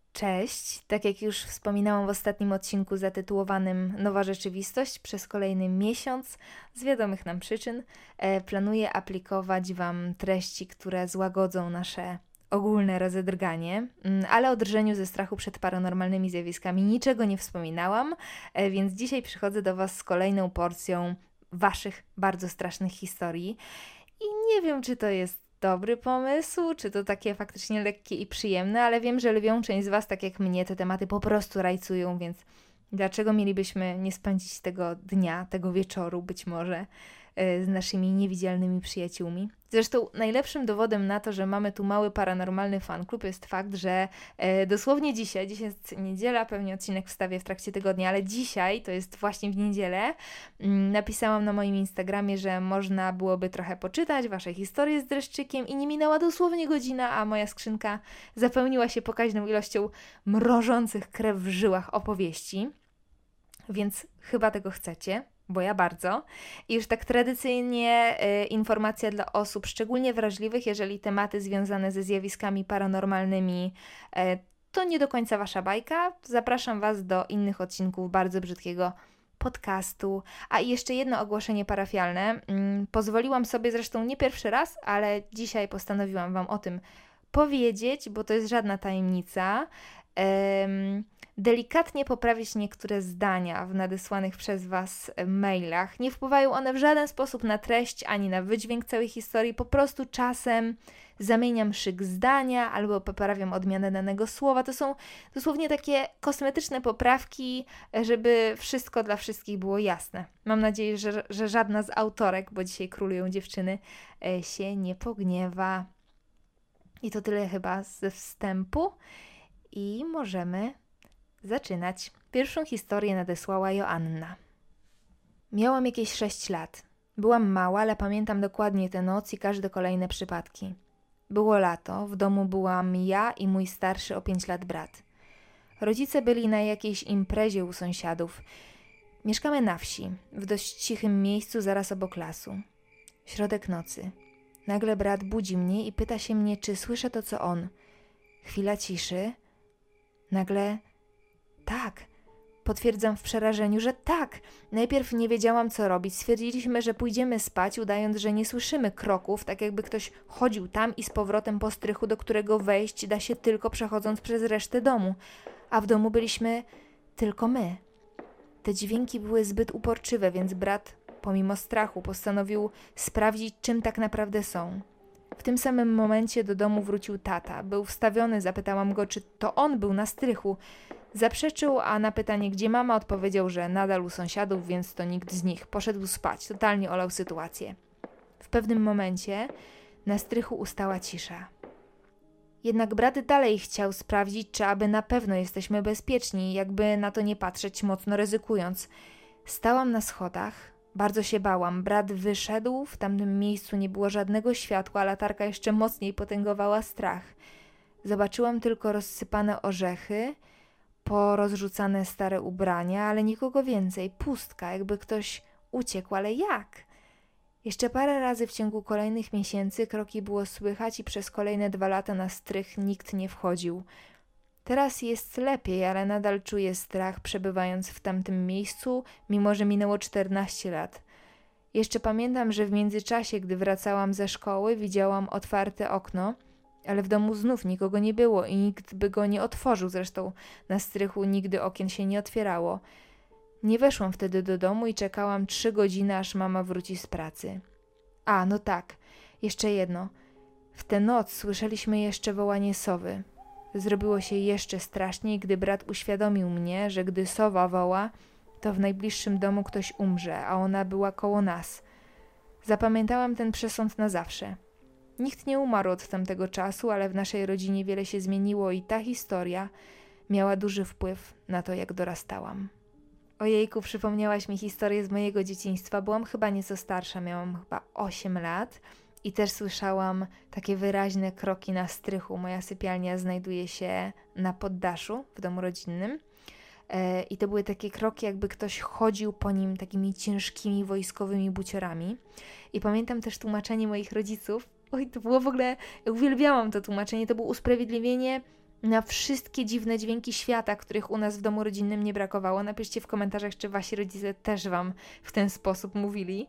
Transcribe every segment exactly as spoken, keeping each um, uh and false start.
Cześć, tak jak już wspominałam w ostatnim odcinku zatytułowanym Nowa rzeczywistość, przez kolejny miesiąc z wiadomych nam przyczyn e, planuję aplikować Wam treści, które złagodzą nasze ogólne rozedrganie, mm, ale o drżeniu ze strachu przed paranormalnymi zjawiskami niczego nie wspominałam, e, więc dzisiaj przychodzę do Was z kolejną porcją Waszych bardzo strasznych historii i nie wiem, czy to jest dobry pomysł, czy to takie faktycznie lekkie i przyjemne, ale wiem, że lwią część z Was, tak jak mnie, te tematy po prostu rajcują, więc dlaczego mielibyśmy nie spędzić tego dnia, tego wieczoru być może z naszymi niewidzialnymi przyjaciółmi. Zresztą najlepszym dowodem na to, że mamy tu mały paranormalny fanklub jest fakt, że e, dosłownie dzisiaj, dzisiaj jest niedziela, pewnie odcinek wstawię w trakcie tygodnia, ale dzisiaj, to jest właśnie w niedzielę, m, napisałam na moim Instagramie, że można byłoby trochę poczytać wasze historie z dreszczykiem i nie minęła dosłownie godzina, a moja skrzynka zapełniła się pokaźną ilością mrożących krew w żyłach opowieści, więc chyba tego chcecie. Bo ja bardzo. I już tak tradycyjnie y, informacja dla osób szczególnie wrażliwych, jeżeli tematy związane ze zjawiskami paranormalnymi y, to nie do końca wasza bajka. Zapraszam was do innych odcinków bardzo brzydkiego podcastu. A i jeszcze jedno ogłoszenie parafialne. Ym, pozwoliłam sobie zresztą nie pierwszy raz, ale dzisiaj postanowiłam wam o tym powiedzieć, bo to jest żadna tajemnica. Ym, delikatnie poprawić niektóre zdania w nadesłanych przez Was mailach. Nie wpływają one w żaden sposób na treść ani na wydźwięk całej historii, po prostu czasem zamieniam szyk zdania albo poprawiam odmianę danego słowa. To są dosłownie takie kosmetyczne poprawki, żeby wszystko dla wszystkich było jasne. Mam nadzieję, że, że żadna z autorek, bo dzisiaj królują dziewczyny, się nie pogniewa. I to tyle chyba ze wstępu i możemy zaczynać. Pierwszą historię nadesłała Joanna. Miałam jakieś sześć lat. Byłam mała, ale pamiętam dokładnie tę noc i każde kolejne przypadki. Było lato, w domu byłam ja i mój starszy o pięć lat brat. Rodzice byli na jakiejś imprezie u sąsiadów. Mieszkamy na wsi, w dość cichym miejscu zaraz obok lasu. Środek nocy. Nagle brat budzi mnie i pyta się mnie, czy słyszę to, co on. Chwila ciszy. Nagle... Tak, potwierdzam w przerażeniu, że tak. Najpierw nie wiedziałam, co robić. Stwierdziliśmy, że pójdziemy spać, udając, że nie słyszymy kroków, tak jakby ktoś chodził tam i z powrotem po strychu, do którego wejść da się tylko przechodząc przez resztę domu. A w domu byliśmy tylko my. Te dźwięki były zbyt uporczywe, więc brat, pomimo strachu, postanowił sprawdzić, czym tak naprawdę są. W tym samym momencie do domu wrócił tata. Był wstawiony, zapytałam go, czy to on był na strychu. Zaprzeczył, a na pytanie, gdzie mama, odpowiedział, że nadal u sąsiadów, więc to nikt z nich. Poszedł spać, totalnie olał sytuację. W pewnym momencie na strychu ustała cisza. Jednak brat dalej chciał sprawdzić, czy aby na pewno jesteśmy bezpieczni, jakby na to nie patrzeć, mocno ryzykując. Stałam na schodach, bardzo się bałam. Brat wyszedł, w tamtym miejscu nie było żadnego światła, a latarka jeszcze mocniej potęgowała strach. Zobaczyłam tylko rozsypane orzechy, porozrzucane stare ubrania, ale nikogo więcej. Pustka, jakby ktoś uciekł, ale jak? Jeszcze parę razy w ciągu kolejnych miesięcy kroki było słychać i przez kolejne dwa lata na strych nikt nie wchodził. Teraz jest lepiej, ale nadal czuję strach przebywając w tamtym miejscu, mimo że minęło czternaście lat. Jeszcze pamiętam, że w międzyczasie, gdy wracałam ze szkoły, widziałam otwarte okno, ale w domu znów nikogo nie było i nikt by go nie otworzył, zresztą na strychu nigdy okien się nie otwierało. Nie weszłam wtedy do domu i czekałam trzy godziny, aż mama wróci z pracy. A, no tak, jeszcze jedno. W tę noc słyszeliśmy jeszcze wołanie sowy. Zrobiło się jeszcze straszniej, gdy brat uświadomił mnie, że gdy sowa woła, to w najbliższym domu ktoś umrze, a ona była koło nas. Zapamiętałam ten przesąd na zawsze. Nikt nie umarł od tamtego czasu, ale w naszej rodzinie wiele się zmieniło i ta historia miała duży wpływ na to, jak dorastałam. Ojejku, przypomniałaś mi historię z mojego dzieciństwa. Byłam chyba nieco starsza, miałam chyba osiem lat i też słyszałam takie wyraźne kroki na strychu. Moja sypialnia znajduje się na poddaszu w domu rodzinnym e, i to były takie kroki, jakby ktoś chodził po nim takimi ciężkimi wojskowymi buciorami. I pamiętam też tłumaczenie moich rodziców. Oj, to było w ogóle, uwielbiałam to tłumaczenie, to było usprawiedliwienie na wszystkie dziwne dźwięki świata, których u nas w domu rodzinnym nie brakowało. Napiszcie w komentarzach, czy wasi rodzice też wam w ten sposób mówili.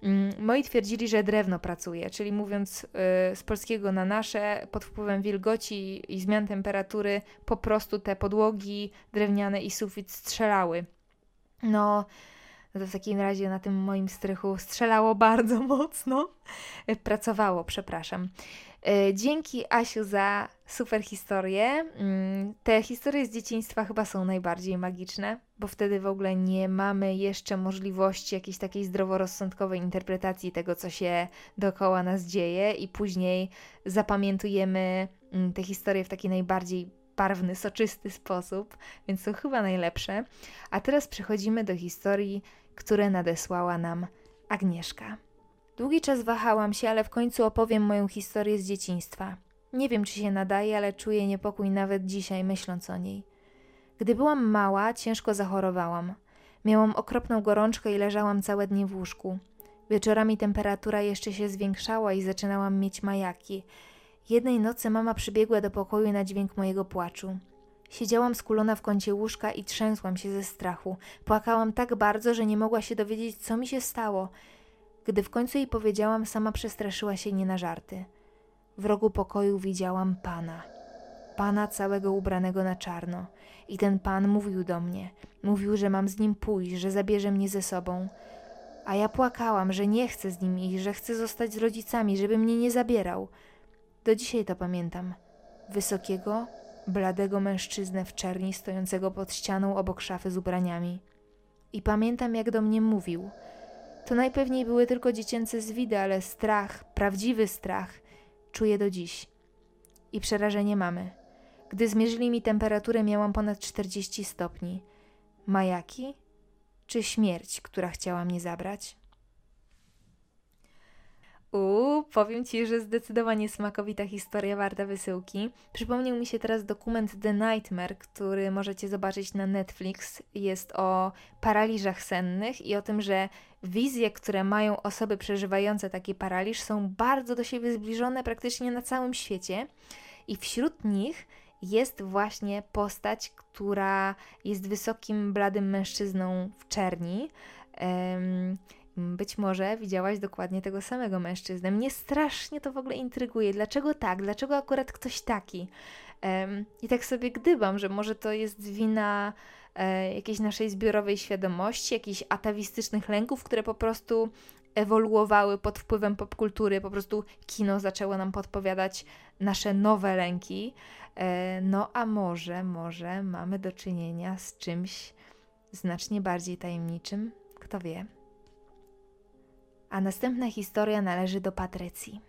Moi twierdzili, że drewno pracuje, czyli mówiąc yy, z polskiego na nasze, pod wpływem wilgoci i zmian temperatury po prostu te podłogi drewniane i sufit strzelały. No, no to w takim razie na tym moim strychu strzelało bardzo mocno. Pracowało, przepraszam. Dzięki, Asiu, za super historię. Te historie z dzieciństwa chyba są najbardziej magiczne, bo wtedy w ogóle nie mamy jeszcze możliwości jakiejś takiej zdroworozsądkowej interpretacji tego, co się dookoła nas dzieje, i później zapamiętujemy te historie w taki najbardziej barwny, soczysty sposób, więc są chyba najlepsze. A teraz przechodzimy do historii, które nadesłała nam Agnieszka. Długi czas wahałam się, ale w końcu opowiem moją historię z dzieciństwa. Nie wiem, czy się nadaje, ale czuję niepokój nawet dzisiaj, myśląc o niej. Gdy byłam mała, ciężko zachorowałam. Miałam okropną gorączkę i leżałam całe dnie w łóżku. Wieczorami temperatura jeszcze się zwiększała i zaczynałam mieć majaki. Jednej nocy mama przybiegła do pokoju na dźwięk mojego płaczu. Siedziałam skulona w kącie łóżka i trzęsłam się ze strachu. Płakałam tak bardzo, że nie mogła się dowiedzieć, co mi się stało. Gdy w końcu jej powiedziałam, sama przestraszyła się nie na żarty. W rogu pokoju widziałam pana. Pana całego ubranego na czarno. I ten pan mówił do mnie. Mówił, że mam z nim pójść, że zabierze mnie ze sobą. A ja płakałam, że nie chcę z nim iść, że chcę zostać z rodzicami, żeby mnie nie zabierał. Do dzisiaj to pamiętam. Wysokiego, bladego mężczyznę w czerni, stojącego pod ścianą obok szafy z ubraniami. I pamiętam, jak do mnie mówił. To najpewniej były tylko dziecięce zwidy, ale strach, prawdziwy strach, czuję do dziś. I przerażenie mamy. Gdy zmierzyli mi temperaturę, miałam ponad czterdzieści stopni. Majaki? Czy śmierć, która chciała mnie zabrać? Uuu, powiem Ci, że zdecydowanie smakowita historia, warta wysyłki. Przypomniał mi się teraz dokument The Nightmare, który możecie zobaczyć na Netflix. Jest o paraliżach sennych i o tym, że wizje, które mają osoby przeżywające taki paraliż, są bardzo do siebie zbliżone praktycznie na całym świecie. I wśród nich jest właśnie postać, która jest wysokim, bladym mężczyzną w czerni. Um, Być może widziałaś dokładnie tego samego mężczyznę. Mnie strasznie to w ogóle intryguje. Dlaczego tak? Dlaczego akurat ktoś taki? Um, I tak sobie gdybam, że może to jest wina e, jakiejś naszej zbiorowej świadomości, jakichś atawistycznych lęków, które po prostu ewoluowały pod wpływem popkultury. Po prostu kino zaczęło nam podpowiadać nasze nowe lęki. E, no a może, może mamy do czynienia z czymś znacznie bardziej tajemniczym? Kto wie? A następna historia należy do Patrycji.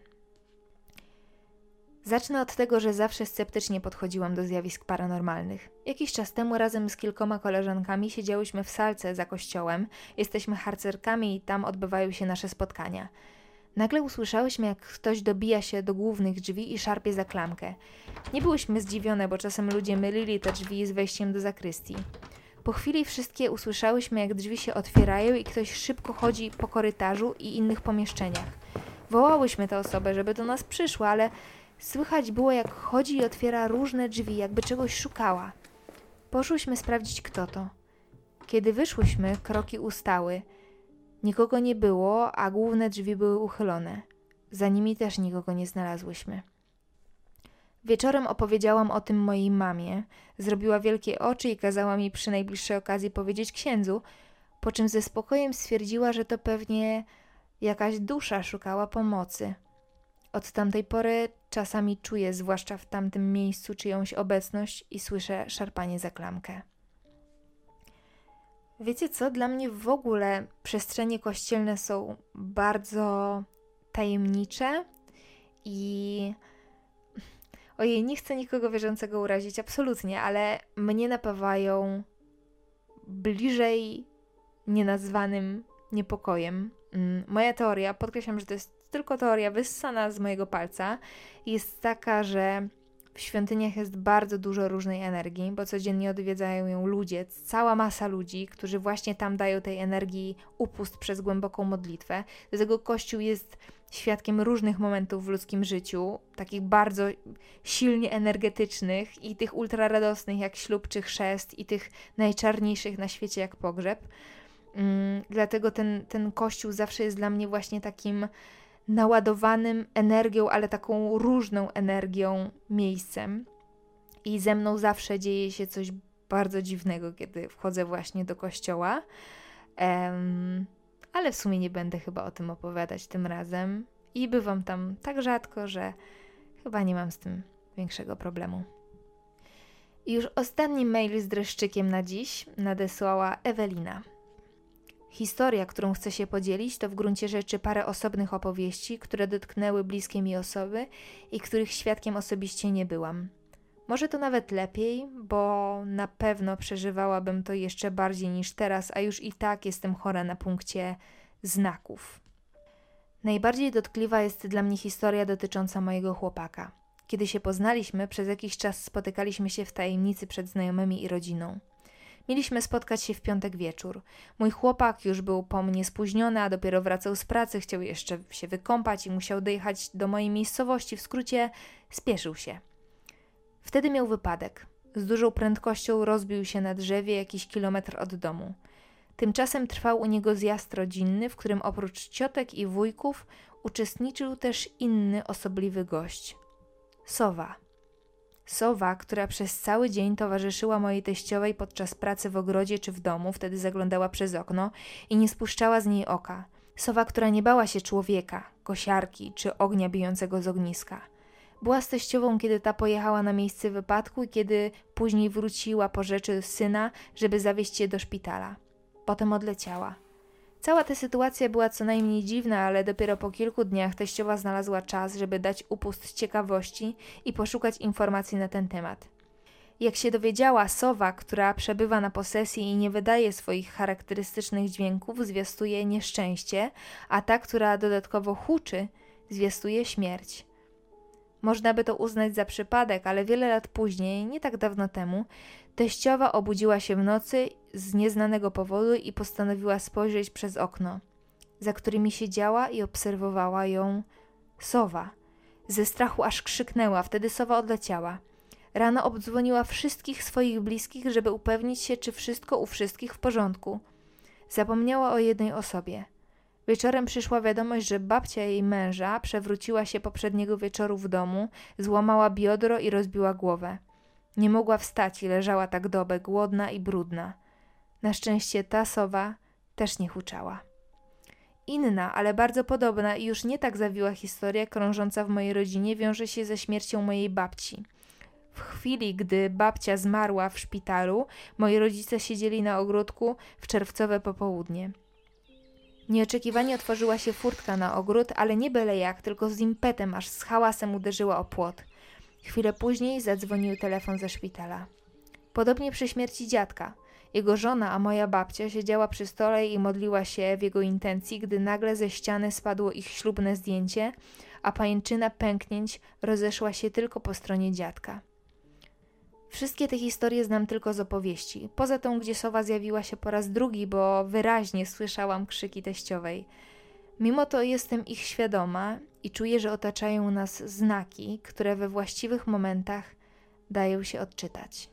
Zacznę od tego, że zawsze sceptycznie podchodziłam do zjawisk paranormalnych. Jakiś czas temu razem z kilkoma koleżankami siedziałyśmy w salce za kościołem, jesteśmy harcerkami i tam odbywają się nasze spotkania. Nagle usłyszałyśmy, jak ktoś dobija się do głównych drzwi i szarpie za klamkę. Nie byłyśmy zdziwione, bo czasem ludzie mylili te drzwi z wejściem do zakrystii. Po chwili wszystkie usłyszałyśmy, jak drzwi się otwierają i ktoś szybko chodzi po korytarzu i innych pomieszczeniach. Wołałyśmy tę osobę, żeby do nas przyszła, ale słychać było, jak chodzi i otwiera różne drzwi, jakby czegoś szukała. Poszłyśmy sprawdzić, kto to. Kiedy wyszłyśmy, kroki ustały. Nikogo nie było, a główne drzwi były uchylone. Za nimi też nikogo nie znalazłyśmy. Wieczorem opowiedziałam o tym mojej mamie, zrobiła wielkie oczy i kazała mi przy najbliższej okazji powiedzieć księdzu, po czym ze spokojem stwierdziła, że to pewnie jakaś dusza szukała pomocy. Od tamtej pory czasami czuję, zwłaszcza w tamtym miejscu, czyjąś obecność i słyszę szarpanie za klamkę. Wiecie co? Dla mnie w ogóle przestrzenie kościelne są bardzo tajemnicze i... Ojej, nie chcę nikogo wierzącego urazić, absolutnie, ale mnie napawają bliżej nienazwanym niepokojem. Moja teoria, podkreślam, że to jest tylko teoria wyssana z mojego palca, jest taka, że W świątyniach jest bardzo dużo różnej energii, bo codziennie odwiedzają ją ludzie, cała masa ludzi, którzy właśnie tam dają tej energii upust przez głęboką modlitwę. Dlatego Kościół jest świadkiem różnych momentów w ludzkim życiu, takich bardzo silnie energetycznych i tych ultra radosnych jak ślub czy chrzest i tych najczarniejszych na świecie jak pogrzeb. Um, dlatego ten, ten Kościół zawsze jest dla mnie właśnie takim naładowanym energią, ale taką różną energią miejscem. I ze mną zawsze dzieje się coś bardzo dziwnego, kiedy wchodzę właśnie do kościoła. Um, ale w sumie nie będę chyba o tym opowiadać tym razem. I bywam tam tak rzadko, że chyba nie mam z tym większego problemu. I już ostatni mail z dreszczykiem na dziś nadesłała Ewelina. Historia, którą chcę się podzielić, to w gruncie rzeczy parę osobnych opowieści, które dotknęły bliskie mi osoby i których świadkiem osobiście nie byłam. Może to nawet lepiej, bo na pewno przeżywałabym to jeszcze bardziej niż teraz, a już i tak jestem chora na punkcie znaków. Najbardziej dotkliwa jest dla mnie historia dotycząca mojego chłopaka. Kiedy się poznaliśmy, przez jakiś czas spotykaliśmy się w tajemnicy przed znajomymi i rodziną. Mieliśmy spotkać się w piątek wieczór. Mój chłopak już był po mnie spóźniony, a dopiero wracał z pracy, chciał jeszcze się wykąpać i musiał dojechać do mojej miejscowości. W skrócie, spieszył się. Wtedy miał wypadek. Z dużą prędkością rozbił się na drzewie jakiś kilometr od domu. Tymczasem trwał u niego zjazd rodzinny, w którym oprócz ciotek i wujków uczestniczył też inny osobliwy gość. Sowa. Sowa, która przez cały dzień towarzyszyła mojej teściowej podczas pracy w ogrodzie czy w domu, wtedy zaglądała przez okno i nie spuszczała z niej oka. Sowa, która nie bała się człowieka, kosiarki czy ognia bijącego z ogniska. Była z teściową, kiedy ta pojechała na miejsce wypadku i kiedy później wróciła po rzeczy syna, żeby zawieźć je do szpitala. Potem odleciała. Cała ta sytuacja była co najmniej dziwna, ale dopiero po kilku dniach teściowa znalazła czas, żeby dać upust ciekawości i poszukać informacji na ten temat. Jak się dowiedziała, sowa, która przebywa na posesji i nie wydaje swoich charakterystycznych dźwięków, zwiastuje nieszczęście, a ta, która dodatkowo huczy, zwiastuje śmierć. Można by to uznać za przypadek, ale wiele lat później, nie tak dawno temu, teściowa obudziła się w nocy z nieznanego powodu i postanowiła spojrzeć przez okno, za którymi siedziała i obserwowała ją sowa. Ze strachu aż krzyknęła, wtedy sowa odleciała. Rano obdzwoniła wszystkich swoich bliskich, żeby upewnić się, czy wszystko u wszystkich w porządku. Zapomniała o jednej osobie. Wieczorem przyszła wiadomość, że babcia jej męża przewróciła się poprzedniego wieczoru w domu, złamała biodro i rozbiła głowę. Nie mogła wstać i leżała tak dobę, głodna i brudna. Na szczęście ta sowa też nie huczała. Inna, ale bardzo podobna i już nie tak zawiła historia krążąca w mojej rodzinie wiąże się ze śmiercią mojej babci. W chwili, gdy babcia zmarła w szpitalu, moi rodzice siedzieli na ogródku w czerwcowe popołudnie. Nieoczekiwanie otworzyła się furtka na ogród, ale nie byle jak, tylko z impetem, aż z hałasem uderzyła o płot. Chwilę później zadzwonił telefon ze szpitala. Podobnie przy śmierci dziadka. Jego żona, a moja babcia, siedziała przy stole i modliła się w jego intencji, gdy nagle ze ściany spadło ich ślubne zdjęcie, a pajęczyna pęknięć rozeszła się tylko po stronie dziadka. Wszystkie te historie znam tylko z opowieści, poza tą, gdzie sowa zjawiła się po raz drugi, bo wyraźnie słyszałam krzyki teściowej. Mimo to jestem ich świadoma i czuję, że otaczają nas znaki, które we właściwych momentach dają się odczytać.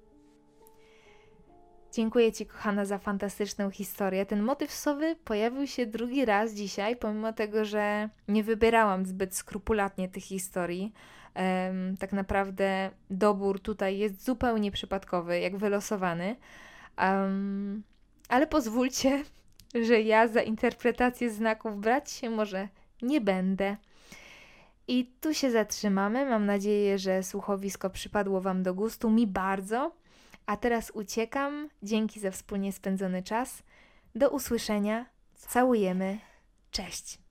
Dziękuję Ci, kochana, za fantastyczną historię. Ten motyw sowy pojawił się drugi raz dzisiaj, pomimo tego, że nie wybierałam zbyt skrupulatnie tych historii. Um, tak naprawdę dobór tutaj jest zupełnie przypadkowy, jak wylosowany. Um, ale pozwólcie, że ja za interpretację znaków brać się może nie będę. I tu się zatrzymamy. Mam nadzieję, że słuchowisko przypadło Wam do gustu. Mi bardzo. A teraz uciekam. Dzięki za wspólnie spędzony czas. Do usłyszenia. Całujemy. Cześć.